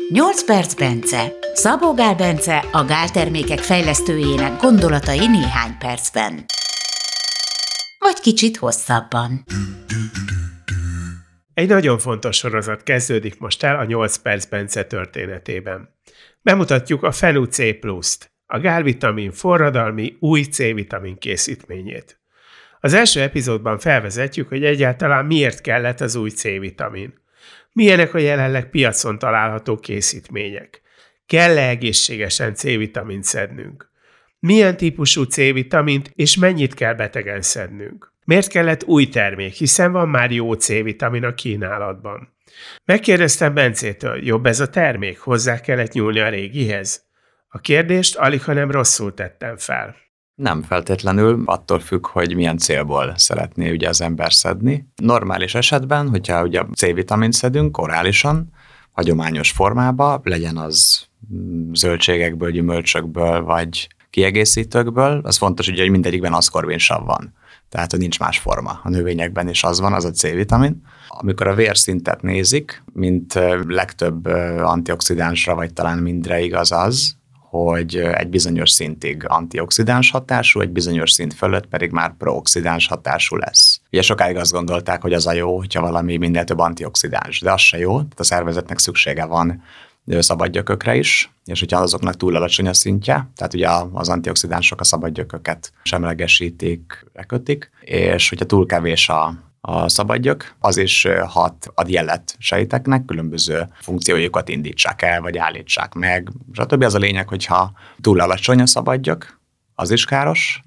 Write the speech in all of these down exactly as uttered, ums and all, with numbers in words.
nyolc perc Bence. Szabó Gál Bence, a Gál termékek fejlesztőjének gondolatai néhány percben. Vagy kicsit hosszabban. Egy nagyon fontos sorozat kezdődik most el a nyolc perc Bence történetében. Bemutatjuk a Fenu C pluszt, a Gál-vitamin forradalmi új C-vitamin készítményét. Az első epizódban felvezetjük, hogy egyáltalán miért kellett az új C-vitamin. Milyenek a jelenleg piacon található készítmények? Kell-e egészségesen C-vitamint szednünk? Milyen típusú C-vitamint és mennyit kell betegen szednünk? Miért kellett új termék, hiszen van már jó C-vitamin a kínálatban? Megkérdeztem Bencétől, jobb ez a termék, hozzá kellett nyúlni a régihez? A kérdést alighanem rosszul tettem fel. Nem feltétlenül, attól függ, hogy milyen célból szeretné ugye az ember szedni. Normális esetben, hogyha ugye C-vitamint szedünk orálisan, hagyományos formában, legyen az zöldségekből, gyümölcsökből, vagy kiegészítőkből, az fontos ugye, hogy mindegyikben aszkorbinsav van. Tehát, hogy nincs más forma. A növényekben is az van, az a C-vitamin. Amikor a vérszintet nézik, mint legtöbb antioxidánsra, vagy talán mindre igaz az, hogy egy bizonyos szintig antioxidáns hatású, egy bizonyos szint fölött pedig már prooxidáns hatású lesz. Ugye sokáig azt gondolták, hogy az a jó, hogyha valami minél több antioxidáns, de az se jó, tehát a szervezetnek szüksége van szabadgyökökre is, és hogyha azoknak túl alacsony a szintje, tehát ugye az antioxidánsok a szabadgyököket semlegesítik, lekötik, és hogyha túl kevés a a szabadgyök, az is hat a jelet sejteknek, különböző funkciójukat indítsák el, vagy állítsák meg, stb. Az a lényeg, hogyha túl alacsony a szabadgyök, az is káros,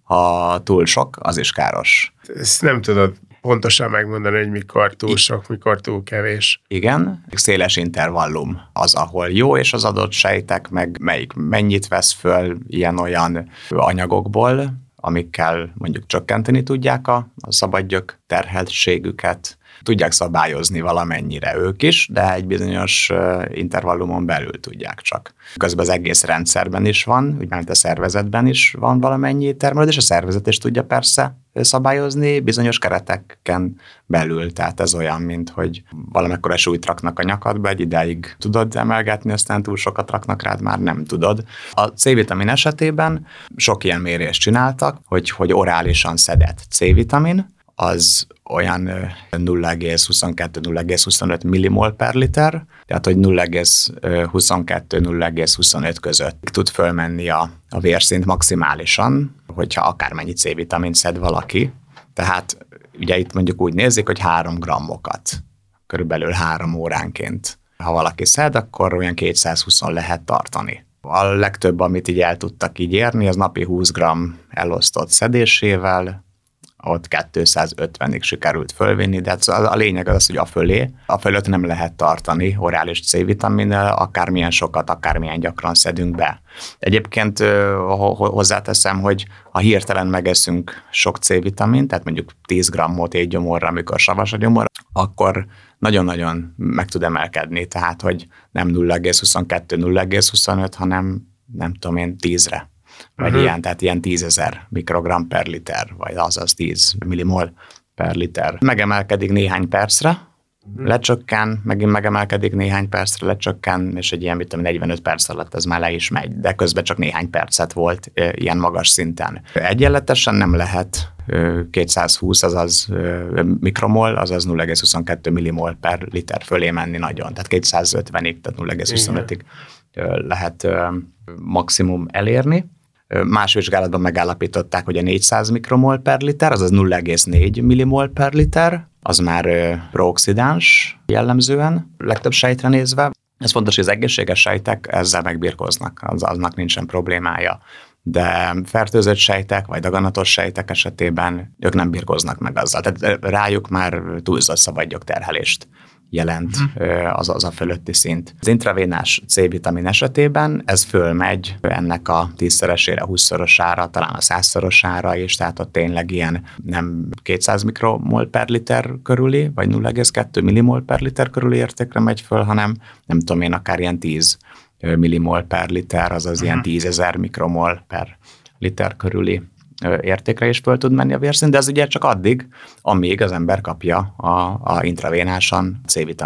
ha túl sok, az is káros. Ezt nem tudod pontosan megmondani, hogy mikor túl sok, mikor túl kevés. Igen, széles intervallum az, ahol jó, és az adott sejtek meg melyik mennyit vesz föl ilyen-olyan anyagokból, amikkel mondjuk csökkenteni tudják a, a szabadgyök terheltségüket, tudják szabályozni valamennyire ők is, de egy bizonyos intervallumon belül tudják csak. Közben az egész rendszerben is van, úgyhogy a szervezetben is van valamennyi termelődés, a szervezet is tudja persze szabályozni bizonyos kereteken belül. Tehát ez olyan, mint hogy valamekkora súlyt raknak a nyakadba, egy ideig tudod emelgetni, aztán túl sokat raknak rád, már nem tudod. A C-vitamin esetében sok ilyen mérést csináltak, hogy, hogy orálisan szedett C-vitamin, az olyan nulla egész huszonkettő - nulla egész huszonöt millimol per liter, tehát hogy nulla egész huszonkettő - nulla egész huszonöt között tud fölmenni a, a vérszint maximálisan, hogyha akármennyi C-vitamint szed valaki. Tehát ugye itt mondjuk úgy nézik, hogy három grammokat, körülbelül három óránként. Ha valaki szed, akkor olyan kétszázhúsz lehet tartani. A legtöbb, amit így el tudtak így érni, az napi húsz gramm elosztott szedésével, ott kétszázötvenig sikerült fölvinni, de a lényeg az, hogy a fölé, a fölött nem lehet tartani orális C-vitaminnel, akármilyen sokat, akármilyen gyakran szedünk be. Egyébként hozzáteszem, hogy ha hirtelen megeszünk sok C-vitamint, tehát mondjuk tíz grammot egy gyomorra, amikor savas a gyomor, akkor nagyon-nagyon meg tud emelkedni, tehát hogy nem nulla egész huszonkettő - nulla egész huszonöt, hanem nem tudom én tízre. Vagy uh-huh. ilyen, tehát ilyen tízezer mikrogram per liter, vagy azaz tíz millimol per liter. Megemelkedik néhány percre, uh-huh. lecsökken, megint megemelkedik néhány percre, lecsökken, és egy ilyen, mit tudom, negyvenöt perc alatt ez már le is megy, de közben csak néhány percet volt e, ilyen magas szinten. Egyenletesen nem lehet e, kétszázhúsz, azaz e, mikromol, azaz nulla egész huszonkettő millimol per liter fölé menni nagyon, tehát kétszázötvenig, tehát nulla egész huszonötig e, lehet e, maximum elérni. Más vizsgálatban megállapították, hogy a négyszáz mikromol per liter, azaz nulla egész négy millimol per liter, az már prooxidáns jellemzően, legtöbb sejtre nézve. Ez fontos, hogy az egészséges sejtek ezzel megbirkóznak, az, aznak nincsen problémája. De fertőzött sejtek, vagy daganatos sejtek esetében ők nem birkóznak meg azzal. Tehát rájuk már túlzott szabadgyök terhelést jelent az, az a fölötti szint. Az intravénás C-vitamin esetében ez fölmegy ennek a tízszeresére, húszszorosára, talán a százszorosára is, tehát ott tényleg ilyen nem kétszáz mikromol per liter körüli, vagy nulla egész kettő millimol per liter körüli értékre megy föl, hanem nem tudom én, akár ilyen tíz millimol per liter, azaz uh-huh. ilyen tízezer mikromol per liter körüli értékre is föl tud menni a vérszint, de ez ugye csak addig, amíg az ember kapja a, a intravénásan C-vitamint.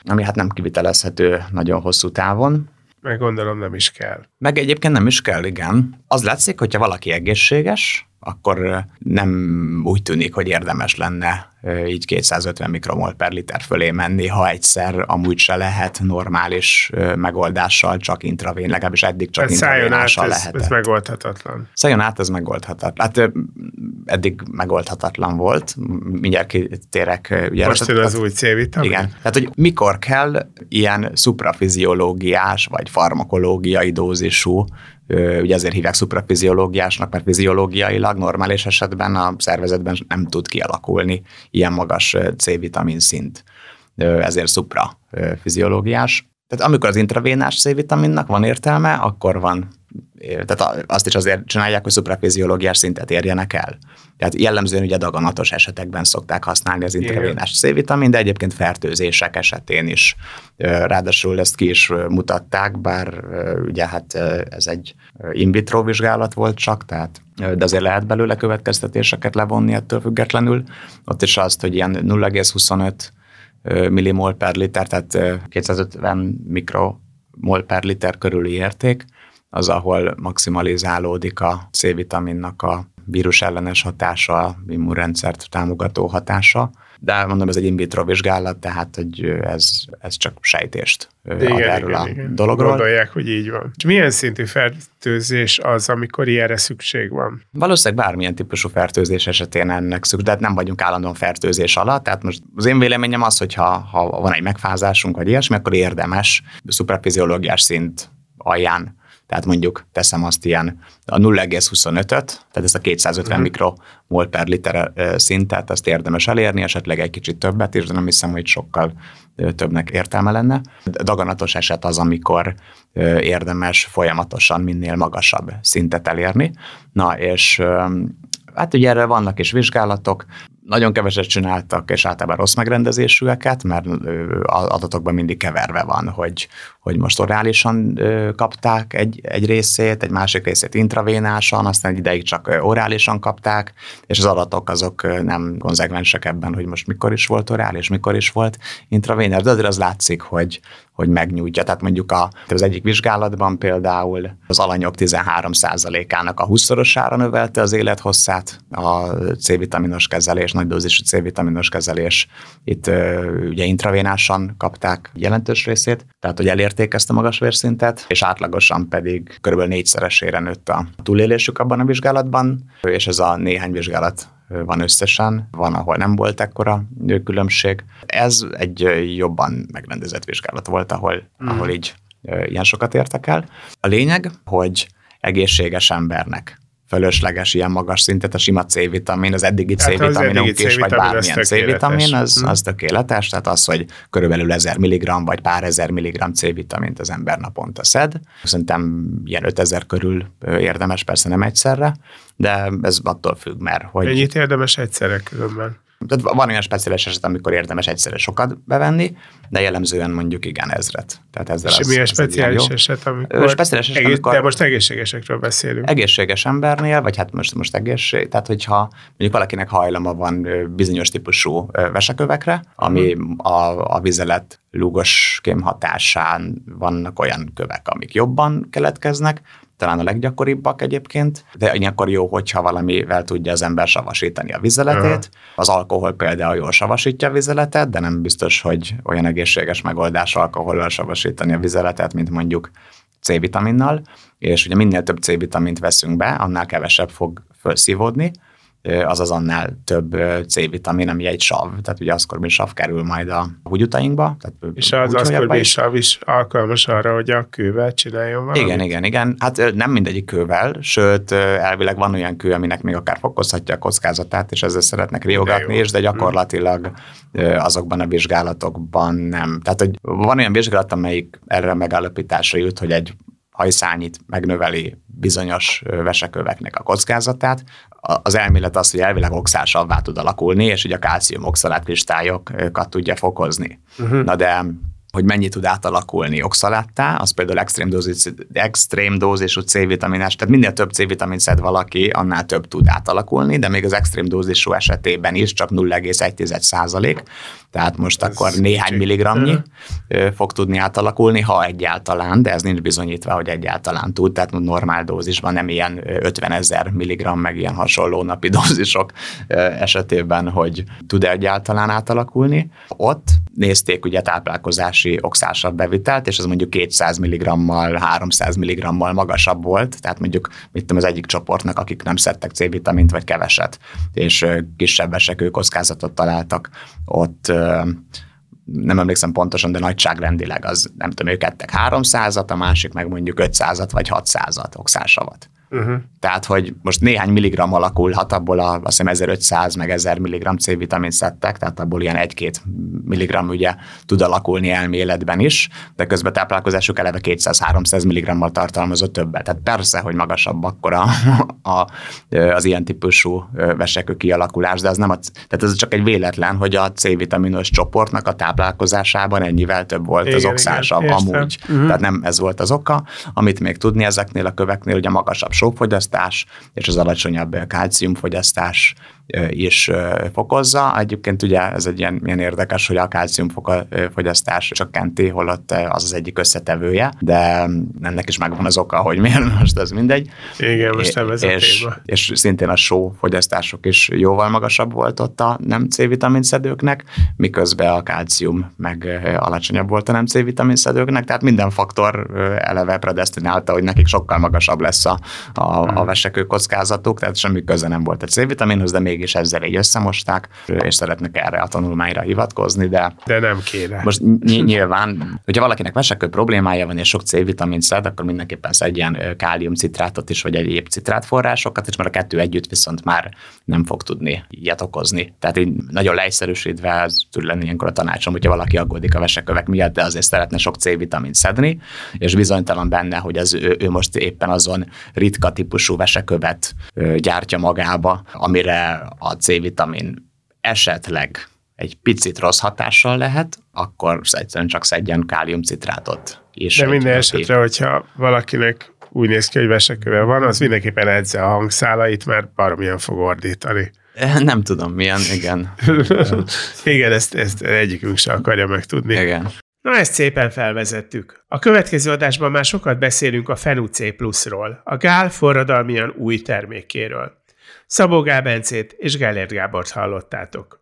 ami hát nem kivitelezhető nagyon hosszú távon. Meg gondolom nem is kell. Meg egyébként nem is kell, igen. Az látszik, hogyha valaki egészséges, akkor nem úgy tűnik, hogy érdemes lenne így kétszázötven mikromol per liter fölé menni, ha egyszer amúgy se lehet normális megoldással, csak intravén, legalábbis eddig csak hát intravénással lehetett. lehetett. Ez megoldhatatlan. Szájon át ez megoldhatatlan. Hát eddig megoldhatatlan volt. Mindjárt kitérek. Ugye Most jön az új C-vitamin? Igen. Tehát, hogy mikor kell ilyen szuprafiziológiás vagy farmakológiai dózisú, ugye ezért hívják szuprafiziológiásnak, mert fiziológiailag normális esetben a szervezetben nem tud kialakulni ilyen magas C-vitamin szint. Ezért szuprafiziológiás. Tehát amikor az intravénás C-vitaminnak van értelme, akkor van, tehát azt is azért csinálják, hogy szuprafiziológiás szintet érjenek el. Tehát jellemzően ugye daganatos esetekben szokták használni az intravénás C-vitamin, de egyébként fertőzések esetén is. Ráadásul ezt ki is mutatták, bár ugye hát ez egy in vitro vizsgálat volt csak, tehát de azért lehet belőle következtetéseket levonni ettől függetlenül. Ott is azt, hogy ilyen nulla egész huszonöt millimol per liter, tehát kétszázötven mikromol per liter körüli érték, az, ahol maximalizálódik a C-vitaminnak a vírusellenes hatása, immunrendszert támogató hatása. De mondom, ez egy in vitro vizsgálat, tehát hogy ez, ez csak sejtést ad igen, erről igen, a igen. dologról. Gondolják, hogy így van. És milyen szintű fertőzés az, amikor ilyenre szükség van? Valószínűleg bármilyen típusú fertőzés esetén ennek szükség, de nem vagyunk állandóan fertőzés alatt. Tehát most az én véleményem az, hogy ha, ha van egy megfázásunk, vagy ilyesmi, akkor érdemes szuprafiziológiás szint alján. Tehát mondjuk teszem azt ilyen a nulla egész huszonötöt, tehát ezt a kétszázötven uh-huh. mikromol per liter szintet, ezt érdemes elérni, esetleg egy kicsit többet is, de nem hiszem, hogy sokkal többnek értelme lenne. Daganatos eset az, amikor érdemes folyamatosan minél magasabb szintet elérni. Na, és hát ugye erre vannak is vizsgálatok, nagyon keveset csináltak, és általában rossz megrendezésűeket, mert adatokban mindig keverve van, hogy, hogy most orálisan kapták egy, egy részét, egy másik részét intravénásan, aztán egy ideig csak orálisan kapták, és az adatok azok nem konzekvensek ebben, hogy most mikor is volt orális, mikor is volt intravénás, de azért az látszik, hogy, hogy megnyújtja. Tehát mondjuk a, az egyik vizsgálatban például az alanyok tizenhárom százalékának a húszszorosára növelte az élethosszát a C-vitaminos kezelés, nagy dózisú C-vitaminos kezelés. Itt ugye intravénásan kapták jelentős részét, tehát hogy elérték ezt a magas vérszintet, és átlagosan pedig kb. négyszeresére nőtt a túlélésük abban a vizsgálatban, és ez a néhány vizsgálat van összesen, van, ahol nem volt ekkora különbség. Ez egy jobban megrendezett vizsgálat volt, ahol, mm. ahol így ilyen sokat értek el. A lényeg, hogy egészséges embernek fölösleges ilyen magas szintet, a sima C-vitamin, az eddigi hát C-vitaminunk is, vagy bármilyen C-vitamin, az, az tökéletes, tehát az, hogy körülbelül ezer milligramm, vagy pár ezer milligramm C-vitamint az ember naponta szed. Szerintem ilyen ötezer körül érdemes, persze nem egyszerre, de ez attól függ, mert hogy... Ennyit érdemes egyszerre különben? Tehát van olyan speciális eset, amikor érdemes egyszerre sokat bevenni, de jellemzően mondjuk igen, ezret. Tehát ezzel és az, milyen az speciális eset, amikor... Speciális eset, egész, amikor... De most egészségesekről beszélünk. Egészséges embernél, vagy hát most, most egészség, tehát hogyha mondjuk valakinek hajlama van bizonyos típusú vesekövekre, ami a, a vizelet lúgos kém hatásán vannak olyan kövek, amik jobban keletkeznek, talán a leggyakoribbak egyébként, de ilyenkor jó, hogyha valamivel tudja az ember savasítani a vizeletét. Uh-huh. Az alkohol például jól savasítja a vizeletet, de nem biztos, hogy olyan egészséges megoldás alkohollal savasítani a vizeletet, mint mondjuk C-vitaminnal, és ugye minél több C-vitamint veszünk be, annál kevesebb fog felszívódni, azaz annál több C-vitamin, ami egy sav, tehát ugye aszkorbin sav kerül majd a húgyutainkba. Tehát és az aszkorbin sav is alkalmas arra, hogy a kővel csináljon valamit? Igen, igen, igen. Hát nem mindegyik kővel, sőt elvileg van olyan kő, aminek még akár fokozhatja a kockázatát, és ezzel szeretnek riogatni is, de gyakorlatilag azokban a vizsgálatokban nem. Tehát, hogy van olyan vizsgálat, amelyik erre megállapításra jut, hogy egy hajszányit megnöveli bizonyos veseköveknek a kockázatát. Az elmélet az, hogy elvileg oxálsabbá tud alakulni, és ugye a kálcium oxalát kristályokat tudja fokozni. Uh-huh. Na de hogy mennyi tud átalakulni oxaláttá, az például extrém, dózis, extrém dózisú C-vitaminás, tehát minél több C-vitamint szed valaki, annál több tud átalakulni, de még az extrém dózisú esetében is csak nulla egész egy százalék, tehát most ez akkor néhány milligramnyi uh-huh. fog tudni átalakulni, ha egyáltalán, de ez nincs bizonyítva, hogy egyáltalán tud, tehát normál dózisban nem ilyen ötvenezer milligramm, meg ilyen hasonló napi dózisok esetében, hogy tud egyáltalán átalakulni. Ott nézték ugye táplálkozási oxálsav bevitelt, és az mondjuk kétszáz milligrammal, háromszáz milligrammal magasabb volt, tehát mondjuk mit tudom, az egyik csoportnak, akik nem szedtek C-vitamint, vagy keveset, és kisebb esekőkockázatot találtak, ott nem emlékszem pontosan, de nagyságrendileg az, nem tudom, ők ettek háromszázat, a másik meg mondjuk ötszázat vagy hatszázat oxálsavat. Uh-huh. Tehát, hogy most néhány milligram alakulhat, abból a, azt hiszem ezerötszáz meg ezer milligram C-vitamint szedtek, tehát abból ilyen egy-két milligram ugye tud alakulni elméletben is, de közben táplálkozásuk eleve kétszáz-háromszáz milligrammal tartalmazott többet. Tehát persze, hogy magasabb akkor a, a, az ilyen típusú vesekő kialakulás, de az nem a, tehát ez csak egy véletlen, hogy a C-vitaminos csoportnak a táplálkozásában ennyivel több volt igen, az oxálsav amúgy. Uh-huh. Tehát nem ez volt az oka. Amit még tudni ezeknél a köveknél, ugye magasabb sófogyasztás és az alacsonyabb kálciumfogyasztás is fokozza. Egyébként ugye ez egy ilyen, ilyen érdekes, hogy a kálciumfogyasztás csökkenti, holott az az egyik összetevője, de ennek is megvan az oka, hogy miért, most ez mindegy. Igen, most nem ez és, a téma. És szintén a sófogyasztások is jóval magasabb volt ott a nem C-vitamin szedőknek, miközben a kálcium meg alacsonyabb volt a nem C-vitamin szedőknek, tehát minden faktor eleve predesztinálta, hogy nekik sokkal magasabb lesz a, a, a vesekő kockázatuk, tehát semmi köze nem volt a C-vitaminhoz, de mégis ezzel így összemosták, és szeretnek erre a tanulmányra hivatkozni, de... De nem kéne. Most ny- nyilván, hogyha valakinek vesekő problémája van, és sok C-vitamint szed, akkor mindenképpen szedjen káliumcitrátot is, vagy egyéb citrátforrásokat, és mert a kettő együtt viszont már nem fog tudni ilyet okozni. Tehát így nagyon leegyszerűsítve ez tud lenni ilyenkor a tanácsom, hogyha valaki aggódik a vesekövek miatt, de azért szeretne sok C-vitamint szedni, és bizonytalan benne, hogy az ő, ő most éppen azon ritka típusú vesekövet gyártja magába, amire a C-vitamin esetleg egy picit rossz hatással lehet, akkor egyszerűen csak szedjen káliumcitrátot is. De minden esetre, hogyha valakinek úgy néz ki, hogy veseköve van, az mindenképpen edze a hangszálait, mert baromilyen fog ordítani. Nem tudom milyen, igen. Igen, ezt, ezt egyikünk sem akarja megtudni. Igen. Na, ezt szépen felvezettük. A következő adásban már sokat beszélünk a Fenu-C pluszról, a gál forradalmian új termékéről. Szabó Gál Bencét és Gellért Gábort hallottátok.